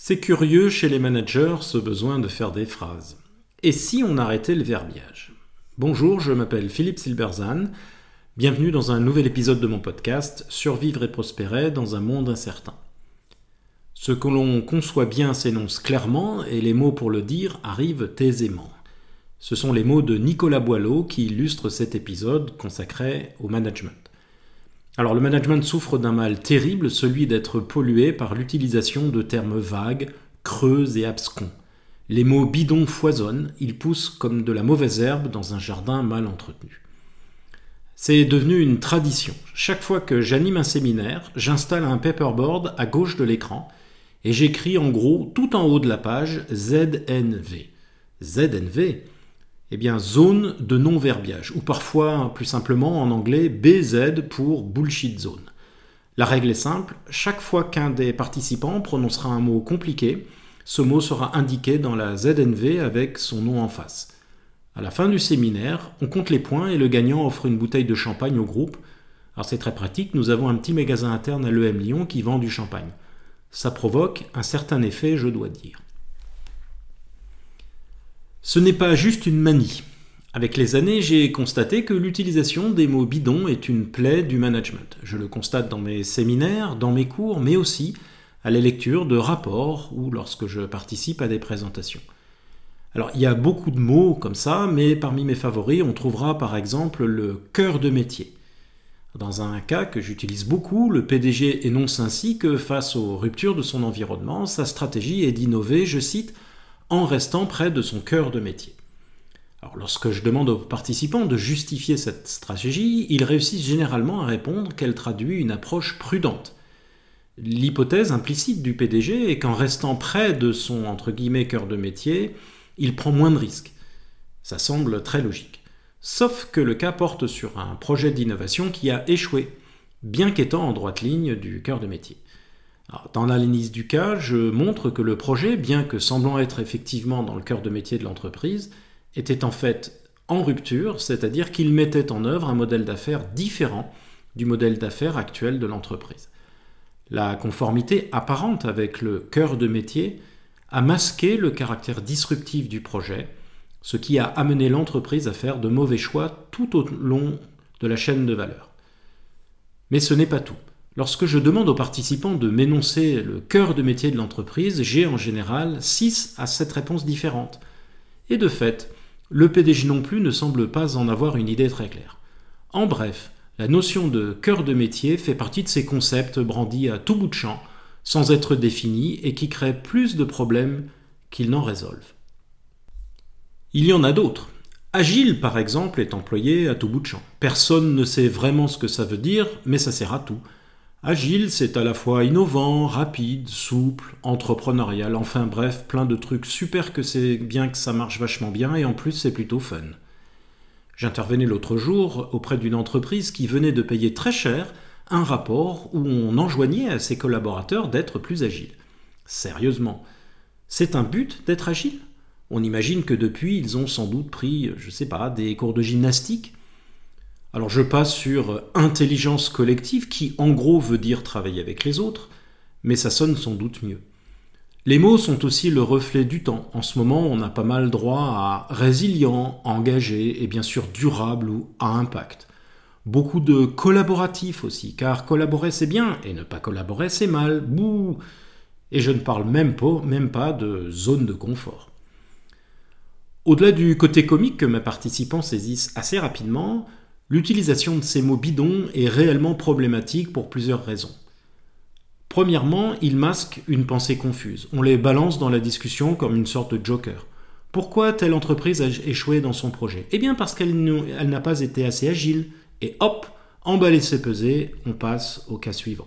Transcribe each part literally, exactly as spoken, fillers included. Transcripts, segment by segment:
C'est curieux chez les managers ce besoin de faire des phrases. Et si on arrêtait le verbiage ? Bonjour, je m'appelle Philippe Silberzahn. Bienvenue dans un nouvel épisode de mon podcast « Survivre et prospérer dans un monde incertain ». Ce que l'on conçoit bien s'énonce clairement et les mots pour le dire arrivent aisément. Ce sont les mots de Nicolas Boileau qui illustrent cet épisode consacré au management. Alors le management souffre d'un mal terrible, celui d'être pollué par l'utilisation de termes vagues, creux et abscons. Les mots bidons foisonnent, ils poussent comme de la mauvaise herbe dans un jardin mal entretenu. C'est devenu une tradition. Chaque fois que j'anime un séminaire, j'installe un paperboard à gauche de l'écran et j'écris en gros tout en haut de la page Z N V. Z N V, eh bien zone de non-verbiage, ou parfois plus simplement en anglais B Z pour bullshit zone. La règle est simple, chaque fois qu'un des participants prononcera un mot compliqué, ce mot sera indiqué dans la Z N V avec son nom en face. À la fin du séminaire, on compte les points et le gagnant offre une bouteille de champagne au groupe. Alors c'est très pratique, nous avons un petit magasin interne à l'E M Lyon qui vend du champagne. Ça provoque un certain effet, je dois dire. Ce n'est pas juste une manie. Avec les années, j'ai constaté que l'utilisation des mots bidons est une plaie du management. Je le constate dans mes séminaires, dans mes cours, mais aussi à la lecture de rapports ou lorsque je participe à des présentations. Alors, il y a beaucoup de mots comme ça, mais parmi mes favoris, on trouvera par exemple le cœur de métier. Dans un cas que j'utilise beaucoup, le P D G énonce ainsi que face aux ruptures de son environnement, sa stratégie est d'innover, je cite, en restant près de son cœur de métier. Alors, lorsque je demande aux participants de justifier cette stratégie, ils réussissent généralement à répondre qu'elle traduit une approche prudente. L'hypothèse implicite du P D G est qu'en restant près de son entre guillemets cœur de métier, il prend moins de risques. Ça semble très logique. Sauf que le cas porte sur un projet d'innovation qui a échoué, bien qu'étant en droite ligne du cœur de métier. Alors, dans l'analyse du cas, je montre que le projet, bien que semblant être effectivement dans le cœur de métier de l'entreprise, était en fait en rupture, c'est-à-dire qu'il mettait en œuvre un modèle d'affaires différent du modèle d'affaires actuel de l'entreprise. La conformité apparente avec le cœur de métier a masqué le caractère disruptif du projet, ce qui a amené l'entreprise à faire de mauvais choix tout au long de la chaîne de valeur. Mais ce n'est pas tout. Lorsque je demande aux participants de m'énoncer le cœur de métier de l'entreprise, j'ai en général six à sept réponses différentes. Et de fait, le P D G non plus ne semble pas en avoir une idée très claire. En bref, la notion de cœur de métier fait partie de ces concepts brandis à tout bout de champ, sans être définis et qui créent plus de problèmes qu'ils n'en résolvent. Il y en a d'autres. Agile, par exemple, est employé à tout bout de champ. Personne ne sait vraiment ce que ça veut dire, mais ça sert à tout. Agile, c'est à la fois innovant, rapide, souple, entrepreneurial, enfin bref, plein de trucs super que c'est bien que ça marche vachement bien et en plus c'est plutôt fun. J'intervenais l'autre jour auprès d'une entreprise qui venait de payer très cher un rapport où on enjoignait à ses collaborateurs d'être plus agiles. Sérieusement, c'est un but d'être agile ? On imagine que depuis, ils ont sans doute pris, je sais pas, des cours de gymnastique. Alors je passe sur intelligence collective, qui en gros veut dire travailler avec les autres, mais ça sonne sans doute mieux. Les mots sont aussi le reflet du temps. En ce moment, on a pas mal droit à résilient, engagé et bien sûr durable ou à impact. Beaucoup de collaboratif aussi, car collaborer c'est bien et ne pas collaborer c'est mal. Bouh. Et je ne parle même pas, même pas de zone de confort. Au-delà du côté comique que mes participants saisissent assez rapidement, l'utilisation de ces mots bidons est réellement problématique pour plusieurs raisons. Premièrement, ils masquent une pensée confuse. On les balance dans la discussion comme une sorte de joker. Pourquoi telle entreprise a échoué dans son projet ? Eh bien parce qu'elle n'a pas été assez agile. Et hop, emballé c'est pesé, on passe au cas suivant.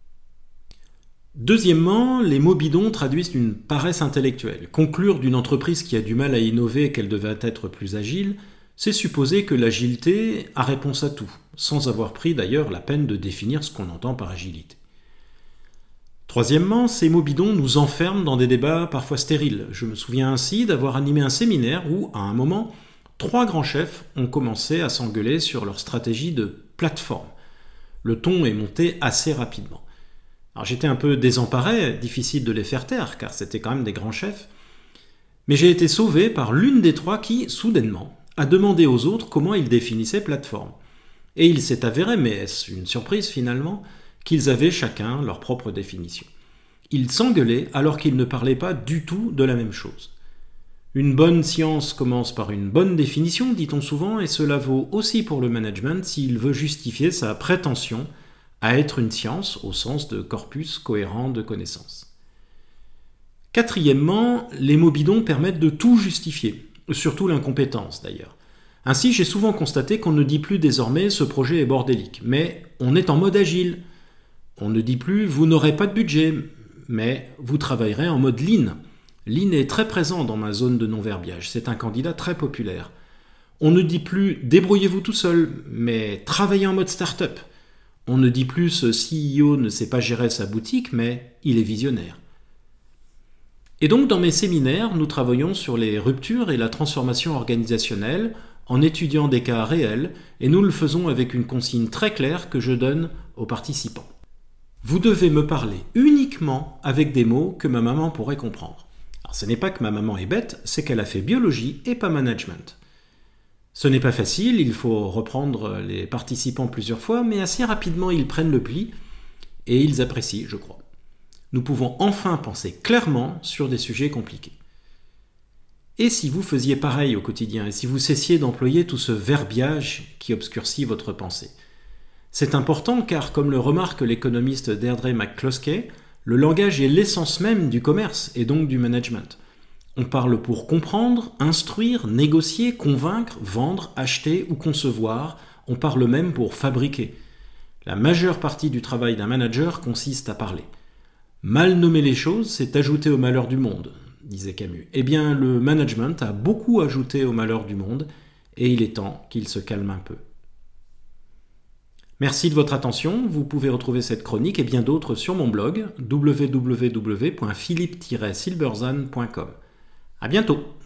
Deuxièmement, les mots bidons traduisent une paresse intellectuelle. Conclure d'une entreprise qui a du mal à innover et qu'elle devait être plus agile, c'est supposer que l'agilité a réponse à tout, sans avoir pris d'ailleurs la peine de définir ce qu'on entend par agilité. Troisièmement, ces mots bidons nous enferment dans des débats parfois stériles. Je me souviens ainsi d'avoir animé un séminaire où, à un moment, trois grands chefs ont commencé à s'engueuler sur leur stratégie de plateforme. Le ton est monté assez rapidement. Alors j'étais un peu désemparé, difficile de les faire taire, car c'était quand même des grands chefs. Mais j'ai été sauvé par l'une des trois qui, soudainement, a demandé aux autres comment ils définissaient plateforme. Et il s'est avéré, mais est-ce une surprise finalement, qu'ils avaient chacun leur propre définition. Ils s'engueulaient alors qu'ils ne parlaient pas du tout de la même chose. Une bonne science commence par une bonne définition, dit-on souvent, et cela vaut aussi pour le management s'il veut justifier sa prétention à être une science au sens de corpus cohérent de connaissances. Quatrièmement, les mots bidons permettent de tout justifier, surtout l'incompétence d'ailleurs. Ainsi, j'ai souvent constaté qu'on ne dit plus désormais « ce projet est bordélique », mais on est en mode agile. On ne dit plus « vous n'aurez pas de budget », mais vous travaillerez en mode lean. Lean est très présent dans ma zone de non-verbiage, c'est un candidat très populaire. On ne dit plus « débrouillez-vous tout seul », mais « travaillez en mode start-up ». On ne dit plus « ce C E O ne sait pas gérer sa boutique », mais « il est visionnaire ». Et donc dans mes séminaires, nous travaillons sur les ruptures et la transformation organisationnelle en étudiant des cas réels, et nous le faisons avec une consigne très claire que je donne aux participants. Vous devez me parler uniquement avec des mots que ma maman pourrait comprendre. Alors, ce n'est pas que ma maman est bête, c'est qu'elle a fait biologie et pas management. Ce n'est pas facile, il faut reprendre les participants plusieurs fois, mais assez rapidement ils prennent le pli et ils apprécient, je crois. Nous pouvons enfin penser clairement sur des sujets compliqués. Et si vous faisiez pareil au quotidien, et si vous cessiez d'employer tout ce verbiage qui obscurcit votre pensée? C'est important car, comme le remarque l'économiste Deirdre McCloskey, le langage est l'essence même du commerce et donc du management. On parle pour comprendre, instruire, négocier, convaincre, vendre, acheter ou concevoir. On parle même pour fabriquer. La majeure partie du travail d'un manager consiste à parler. Mal nommer les choses, c'est ajouter au malheur du monde, disait Camus. Eh bien, le management a beaucoup ajouté au malheur du monde et il est temps qu'il se calme un peu. Merci de votre attention. Vous pouvez retrouver cette chronique et bien d'autres sur mon blog w w w point philippe tiret silberzan point com. À bientôt.